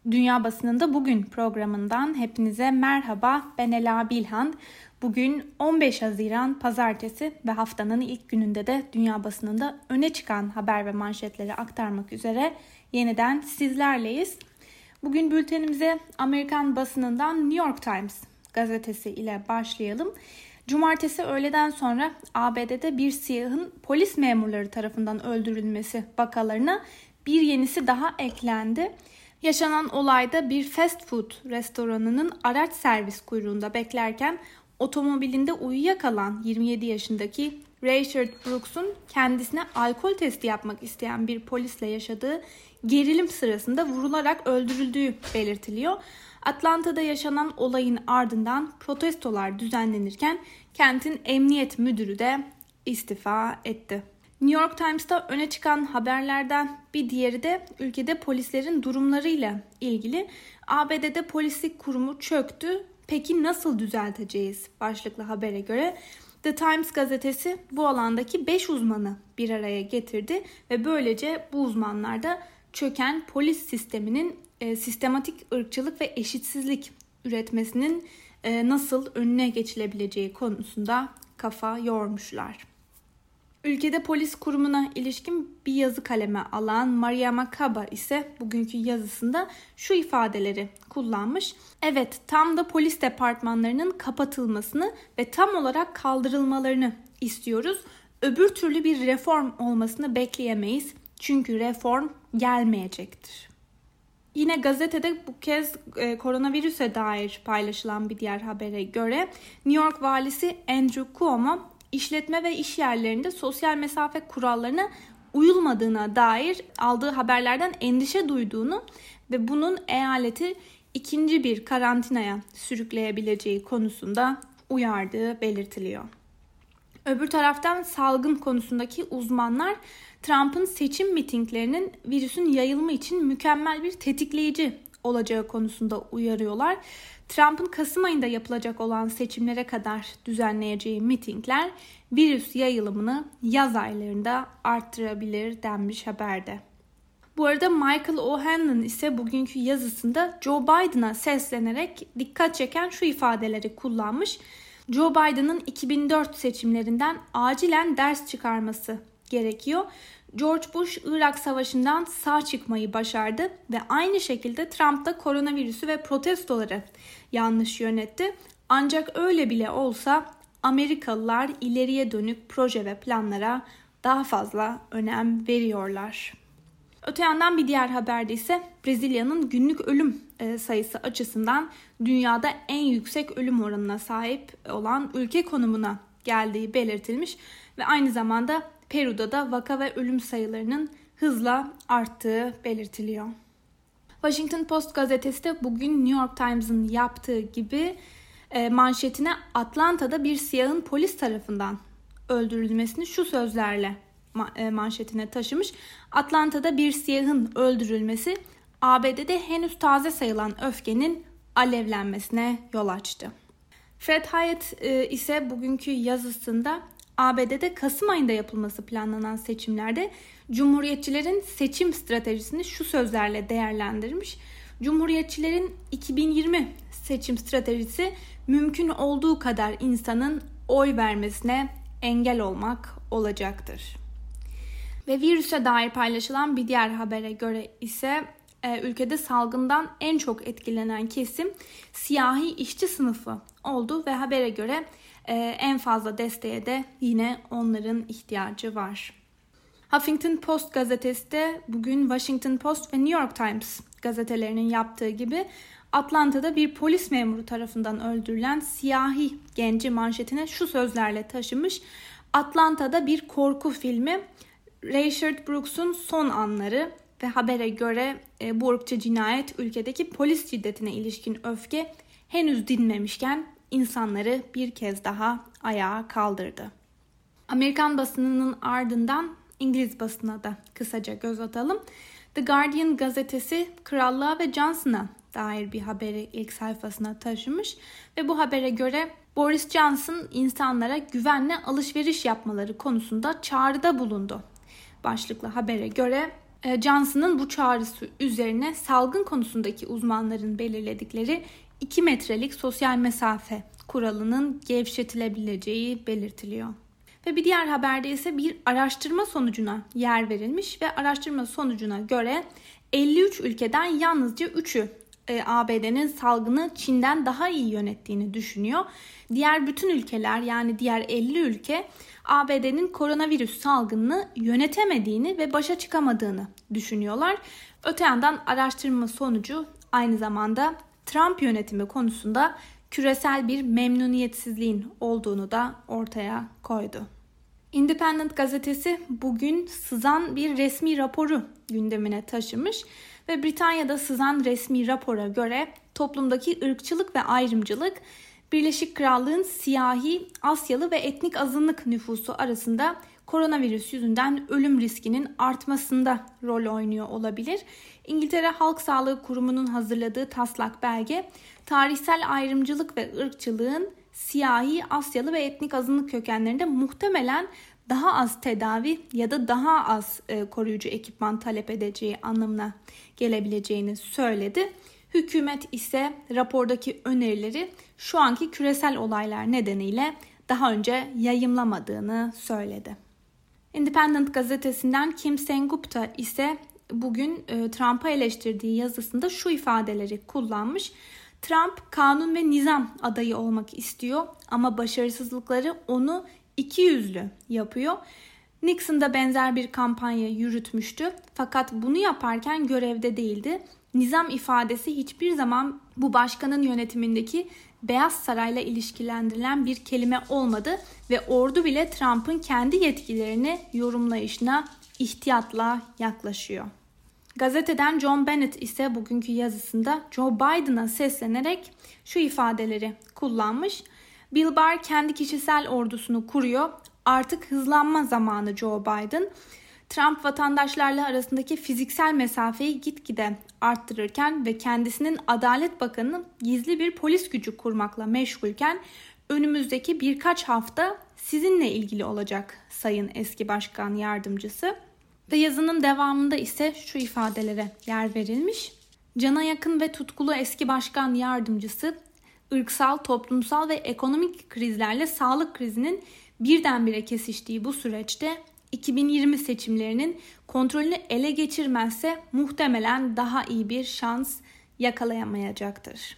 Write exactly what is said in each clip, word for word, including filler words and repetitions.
Dünya Basınında Bugün programından hepinize merhaba. Ben Ela Bilhan. Bugün on beş Haziran Pazartesi ve haftanın ilk gününde de dünya basınında öne çıkan haber ve manşetleri aktarmak üzere yeniden sizlerleyiz. Bugün bültenimize Amerikan basınından New York Times gazetesi ile başlayalım. Cumartesi öğleden sonra A B D'de bir siyahın polis memurları tarafından öldürülmesi vakalarına bir yenisi daha eklendi. Yaşanan olayda bir fast food restoranının araç servis kuyruğunda beklerken otomobilinde uyuyakalan yirmi yedi yaşındaki Rayshard Brooks'un kendisine alkol testi yapmak isteyen bir polisle yaşadığı gerilim sırasında vurularak öldürüldüğü belirtiliyor. Atlanta'da yaşanan olayın ardından protestolar düzenlenirken kentin emniyet müdürü de istifa etti. New York Times'ta öne çıkan haberlerden bir diğeri de ülkede polislerin durumlarıyla ilgili. A B D'de polislik kurumu çöktü. Peki nasıl düzelteceğiz? Başlıklı habere göre The Times gazetesi bu alandaki beş uzmanı bir araya getirdi ve böylece bu uzmanlar da çöken polis sisteminin e, sistematik ırkçılık ve eşitsizlik üretmesinin e, nasıl önüne geçilebileceği konusunda kafa yormuşlar. Ülkede polis kurumuna ilişkin bir yazı kaleme alan Mariama Kaba ise bugünkü yazısında şu ifadeleri kullanmış. Evet, tam da polis departmanlarının kapatılmasını ve tam olarak kaldırılmalarını istiyoruz. Öbür türlü bir reform olmasını bekleyemeyiz. Çünkü reform gelmeyecektir. Yine gazetede bu kez e, koronavirüse dair paylaşılan bir diğer habere göre New York valisi Andrew Cuomo İşletme ve iş yerlerinde sosyal mesafe kurallarına uyulmadığına dair aldığı haberlerden endişe duyduğunu ve bunun eyaleti ikinci bir karantinaya sürükleyebileceği konusunda uyardığı belirtiliyor. Öbür taraftan salgın konusundaki uzmanlar Trump'ın seçim mitinglerinin virüsün yayılımı için mükemmel bir tetikleyici olacağı konusunda uyarıyorlar. Trump'ın Kasım ayında yapılacak olan seçimlere kadar düzenleyeceği mitingler virüs yayılımını yaz aylarında arttırabilir denmiş haberde. Bu arada Michael O'Hanlon ise bugünkü yazısında Joe Biden'a seslenerek dikkat çeken şu ifadeleri kullanmış. Joe Biden'ın iki bin dört seçimlerinden acilen ders çıkarması gerekiyor. George Bush Irak Savaşı'ndan sağ çıkmayı başardı ve aynı şekilde Trump da koronavirüsü ve protestoları yanlış yönetti. Ancak öyle bile olsa Amerikalılar ileriye dönük proje ve planlara daha fazla önem veriyorlar. Öte yandan bir diğer haberde ise Brezilya'nın günlük ölüm sayısı açısından dünyada en yüksek ölüm oranına sahip olan ülke konumuna geldiği belirtilmiş ve aynı zamanda Peru'da da vaka ve ölüm sayılarının hızla arttığı belirtiliyor. Washington Post gazetesi de bugün New York Times'ın yaptığı gibi e, manşetine Atlanta'da bir siyahın polis tarafından öldürülmesini şu sözlerle ma- e, manşetine taşımış. Atlanta'da bir siyahın öldürülmesi A B D'de henüz taze sayılan öfkenin alevlenmesine yol açtı. Fred Hiatt e, ise bugünkü yazısında A B D'de Kasım ayında yapılması planlanan seçimlerde Cumhuriyetçilerin seçim stratejisini şu sözlerle değerlendirmiş. Cumhuriyetçilerin iki bin yirmi seçim stratejisi mümkün olduğu kadar insanın oy vermesine engel olmak olacaktır. Ve virüse dair paylaşılan bir diğer habere göre ise e, ülkede salgından en çok etkilenen kesim siyahi işçi sınıfı oldu ve habere göre Ee, en fazla desteğe de yine onların ihtiyacı var. Huffington Post gazetesi de bugün Washington Post ve New York Times gazetelerinin yaptığı gibi Atlanta'da bir polis memuru tarafından öldürülen siyahi genci manşetine şu sözlerle taşımış. Atlanta'da bir korku filmi, Rayshard Brooks'un son anları ve habere göre e, bu ırkçı cinayet ülkedeki polis şiddetine ilişkin öfke henüz dinmemişken İnsanları bir kez daha ayağa kaldırdı. Amerikan basınının ardından İngiliz basınına da kısaca göz atalım. The Guardian gazetesi krallığa ve Johnson'a dair bir haberi ilk sayfasına taşımış ve bu habere göre Boris Johnson insanlara güvenle alışveriş yapmaları konusunda çağrıda bulundu. Başlıklı habere göre Johnson'ın bu çağrısı üzerine salgın konusundaki uzmanların belirledikleri iki metrelik sosyal mesafe kuralının gevşetilebileceği belirtiliyor. Ve bir diğer haberde ise bir araştırma sonucuna yer verilmiş ve araştırma sonucuna göre elli üç ülkeden yalnızca üçü A B D'nin salgını Çin'den daha iyi yönettiğini düşünüyor. Diğer bütün ülkeler, yani diğer elli ülke A B D'nin koronavirüs salgınını yönetemediğini ve başa çıkamadığını düşünüyorlar. Öte yandan araştırma sonucu aynı zamanda Trump yönetimi konusunda küresel bir memnuniyetsizliğin olduğunu da ortaya koydu. Independent gazetesi bugün sızan bir resmi raporu gündemine taşımış ve Britanya'da sızan resmi rapora göre toplumdaki ırkçılık ve ayrımcılık Birleşik Krallığın siyahi, Asyalı ve etnik azınlık nüfusu arasında koronavirüs yüzünden ölüm riskinin artmasında rol oynuyor olabilir. İngiltere Halk Sağlığı Kurumu'nun hazırladığı taslak belge, tarihsel ayrımcılık ve ırkçılığın siyahi, Asyalı ve etnik azınlık kökenlerinde muhtemelen daha az tedavi ya da daha az e, koruyucu ekipman talep edeceği anlamına gelebileceğini söyledi. Hükümet ise rapordaki önerileri şu anki küresel olaylar nedeniyle daha önce yayımlamadığını söyledi. Independent gazetesinden Kim Sengupta ise bugün e, Trump'a eleştirdiği yazısında şu ifadeleri kullanmış. Trump kanun ve nizam adayı olmak istiyor ama başarısızlıkları onu ikiyüzlü yapıyor. Nixon da benzer bir kampanya yürütmüştü fakat bunu yaparken görevde değildi. Nizam ifadesi hiçbir zaman bu başkanın yönetimindeki Beyaz Saray'la ilişkilendirilen bir kelime olmadı ve ordu bile Trump'ın kendi yetkilerini yorumlayışına ihtiyatla yaklaşıyor. Gazeteden John Bennett ise bugünkü yazısında Joe Biden'a seslenerek şu ifadeleri kullanmış. Bill Barr kendi kişisel ordusunu kuruyor. Artık hızlanma zamanı Joe Biden. Trump vatandaşlarla arasındaki fiziksel mesafeyi gitgide arttırırken ve kendisinin Adalet Bakanı gizli bir polis gücü kurmakla meşgulken önümüzdeki birkaç hafta sizinle ilgili olacak Sayın Eski Başkan Yardımcısı. Ve yazının devamında ise şu ifadelere yer verilmiş. Cana yakın ve tutkulu eski başkan yardımcısı, ırksal, toplumsal ve ekonomik krizlerle sağlık krizinin birdenbire kesiştiği bu süreçte iki bin yirmi seçimlerinin kontrolünü ele geçirmezse muhtemelen daha iyi bir şans yakalayamayacaktır.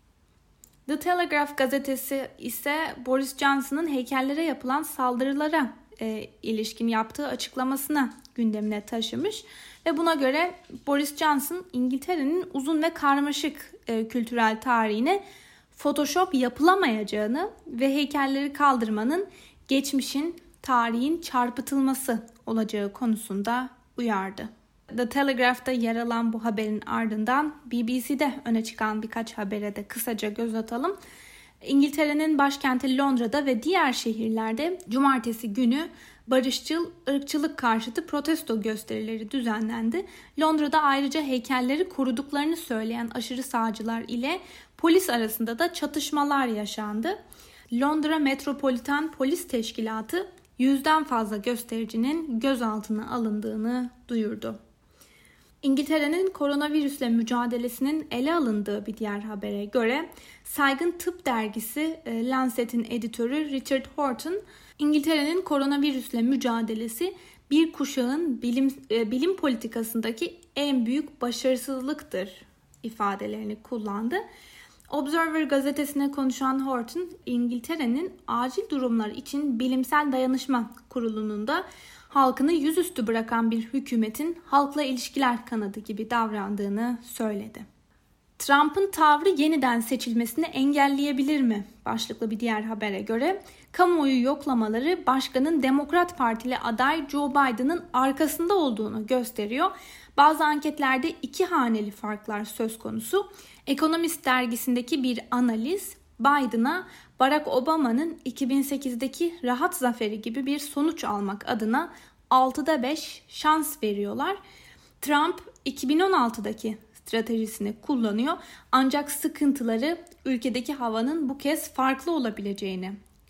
The Telegraph gazetesi ise Boris Johnson'ın heykellere yapılan saldırılara e, ilişkin yaptığı açıklamasına gündemine taşımış ve buna göre Boris Johnson İngiltere'nin uzun ve karmaşık e, kültürel tarihine Photoshop yapılamayacağını ve heykelleri kaldırmanın geçmişin, tarihin çarpıtılması olacağı konusunda uyardı. The Telegraph'ta yer alan bu haberin ardından B B C'de öne çıkan birkaç habere de kısaca göz atalım. İngiltere'nin başkenti Londra'da ve diğer şehirlerde cumartesi günü barışçıl, ırkçılık karşıtı protesto gösterileri düzenlendi. Londra'da ayrıca heykelleri koruduklarını söyleyen aşırı sağcılar ile polis arasında da çatışmalar yaşandı. Londra Metropolitan Polis Teşkilatı yüzden fazla göstericinin gözaltına alındığını duyurdu. İngiltere'nin koronavirüsle mücadelesinin ele alındığı bir diğer habere göre saygın tıp dergisi Lancet'in editörü Richard Horton, İngiltere'nin koronavirüsle mücadelesi bir kuşağın bilim, bilim politikasındaki en büyük başarısızlıktır ifadelerini kullandı. Observer gazetesine konuşan Horton, İngiltere'nin acil durumlar için bilimsel dayanışma kurulunun da halkını yüzüstü bırakan bir hükümetin halkla ilişkiler kanadı gibi davrandığını söyledi. Trump'ın tavrı yeniden seçilmesini engelleyebilir mi? Başlıklı bir diğer habere göre kamuoyu yoklamaları başkanın Demokrat Partili aday Joe Biden'ın arkasında olduğunu gösteriyor. Bazı anketlerde iki haneli farklar söz konusu. Economist dergisindeki bir analiz Biden'a Barack Obama'nın iki bin sekizdeki rahat zaferi gibi bir sonuç almak adına altıda beş şans veriyorlar. Trump iki bin on altıdaki stratejisini kullanıyor ancak sıkıntıları ülkedeki havanın bu kez farklı olabileceğini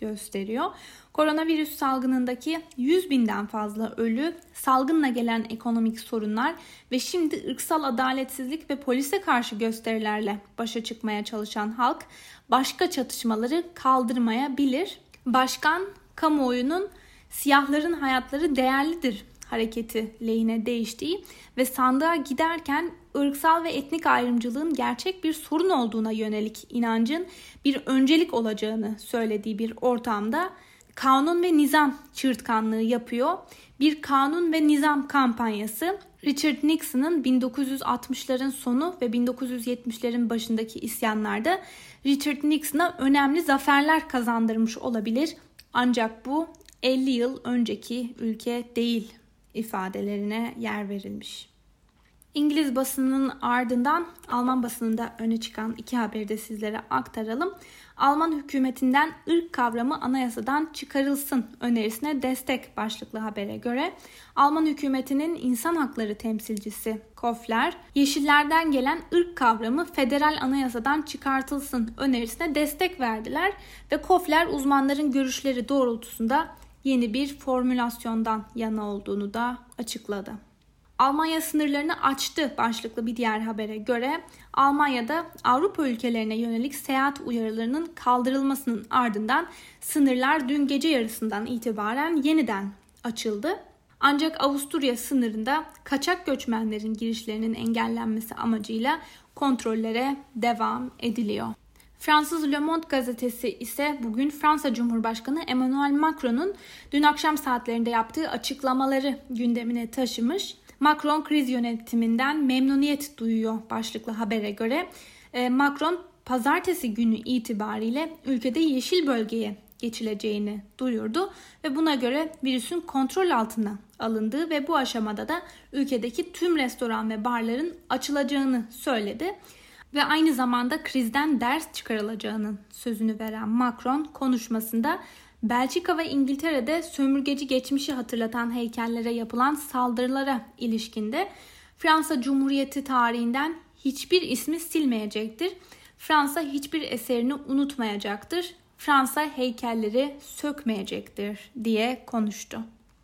gösteriyor. Koronavirüs salgınındaki yüz binden fazla ölü, salgınla gelen ekonomik sorunlar ve şimdi ırksal adaletsizlik ve polise karşı gösterilerle başa çıkmaya çalışan halk başka çatışmaları kaldırmayabilir. Başkan, kamuoyunun siyahların hayatları değerlidir hareketi lehine değiştiği ve sandığa giderken ırksal ve etnik ayrımcılığın gerçek bir sorun olduğuna yönelik inancın bir öncelik olacağını söylediği bir ortamda kanun ve nizam çığırtkanlığı yapıyor. Bir kanun ve nizam kampanyası Richard Nixon'ın bin dokuz yüz altmışların sonu ve bin dokuz yüz yetmişlerin başındaki isyanlarda Richard Nixon'a önemli zaferler kazandırmış olabilir. Ancak bu elli yıl önceki ülke değil ifadelerine yer verilmiş. İngiliz basınının ardından Alman basınında öne çıkan iki haberi de sizlere aktaralım. Alman hükümetinden ırk kavramı anayasadan çıkarılsın önerisine destek başlıklı habere göre Alman hükümetinin insan hakları temsilcisi Kofler, Yeşillerden gelen ırk kavramı federal anayasadan çıkartılsın önerisine destek verdiler ve Kofler uzmanların görüşleri doğrultusunda yeni bir formülasyondan yana olduğunu da açıkladı. Almanya sınırlarını açtı başlıklı bir diğer habere göre Almanya'da Avrupa ülkelerine yönelik seyahat uyarılarının kaldırılmasının ardından sınırlar dün gece yarısından itibaren yeniden açıldı. Ancak Avusturya sınırında kaçak göçmenlerin girişlerinin engellenmesi amacıyla kontrollere devam ediliyor. Fransız Le Monde gazetesi ise bugün Fransa Cumhurbaşkanı Emmanuel Macron'un dün akşam saatlerinde yaptığı açıklamaları gündemine taşımış. Macron kriz yönetiminden memnuniyet duyuyor başlıklı habere göre. Macron pazartesi günü itibariyle ülkede yeşil bölgeye geçileceğini duyurdu ve buna göre virüsün kontrol altına alındığı ve bu aşamada da ülkedeki tüm restoran ve barların açılacağını söyledi. Ve aynı zamanda krizden ders çıkarılacağının sözünü veren Macron konuşmasında Belçika ve İngiltere'de sömürgeci geçmişi hatırlatan heykellere yapılan saldırılara ilişkinde Fransa Cumhuriyeti tarihinden hiçbir ismi silmeyecektir. Fransa hiçbir eserini unutmayacaktır. Fransa heykelleri sökmeyecektir diye konuştu.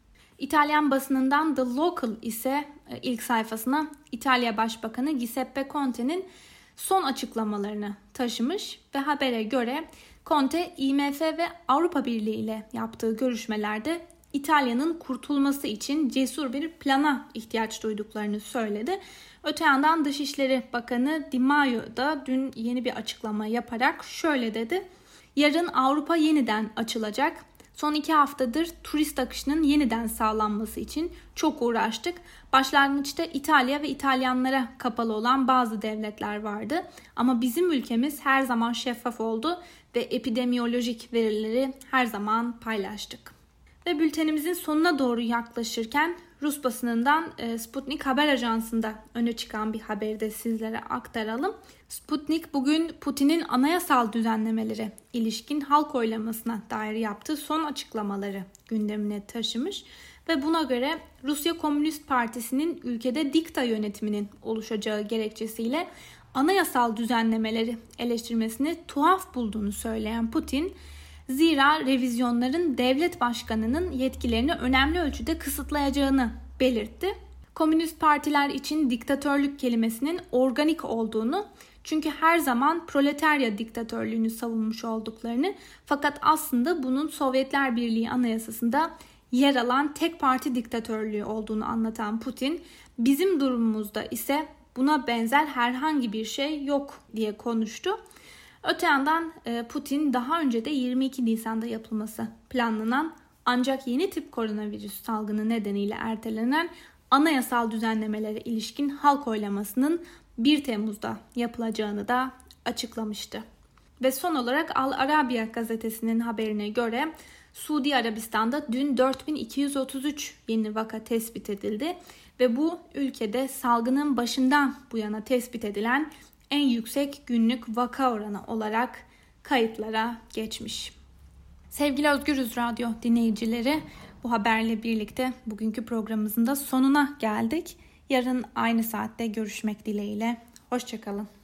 İtalyan basınından The Local ise ilk sayfasına İtalya Başbakanı Giuseppe Conte'nin son açıklamalarını taşımış ve habere göre Conte, I M F ve Avrupa Birliği ile yaptığı görüşmelerde İtalya'nın kurtulması için cesur bir plana ihtiyaç duyduklarını söyledi. Öte yandan Dışişleri Bakanı Di Maio da dün yeni bir açıklama yaparak şöyle dedi. Yarın Avrupa yeniden açılacak. Son iki haftadır turist akışının yeniden sağlanması için çok uğraştık. Başlangıçta İtalya ve İtalyanlara kapalı olan bazı devletler vardı. Ama bizim ülkemiz her zaman şeffaf oldu ve epidemiyolojik verileri her zaman paylaştık. Ve bültenimizin sonuna doğru yaklaşırken Rus basınından Sputnik Haber Ajansı'nda öne çıkan bir haberi de sizlere aktaralım. Sputnik bugün Putin'in anayasal düzenlemeleri ilişkin halk oylamasına dair yaptığı son açıklamaları gündemine taşımış ve buna göre Rusya Komünist Partisi'nin ülkede dikta yönetiminin oluşacağı gerekçesiyle anayasal düzenlemeleri eleştirmesini tuhaf bulduğunu söyleyen Putin, zira revizyonların devlet başkanının yetkilerini önemli ölçüde kısıtlayacağını belirtti. Komünist partiler için diktatörlük kelimesinin organik olduğunu, çünkü her zaman proletarya diktatörlüğünü savunmuş olduklarını, fakat aslında bunun Sovyetler Birliği Anayasası'nda yer alan tek parti diktatörlüğü olduğunu anlatan Putin, bizim durumumuzda ise buna benzer herhangi bir şey yok diye konuştu. Öte yandan Putin daha önce de yirmi iki Nisan'da yapılması planlanan ancak yeni tip koronavirüs salgını nedeniyle ertelenen anayasal düzenlemelere ilişkin halk oylamasının bir Temmuz'da yapılacağını da açıklamıştı. Ve son olarak Al Arabiya gazetesinin haberine göre Suudi Arabistan'da dün dört bin iki yüz otuz üç yeni vaka tespit edildi ve bu ülkede salgının başından bu yana tespit edilen en yüksek günlük vaka oranı olarak kayıtlara geçmiş. Sevgili Özgürüz Radyo dinleyicileri, bu haberle birlikte bugünkü programımızın da sonuna geldik. Yarın aynı saatte görüşmek dileğiyle. Hoşça kalın.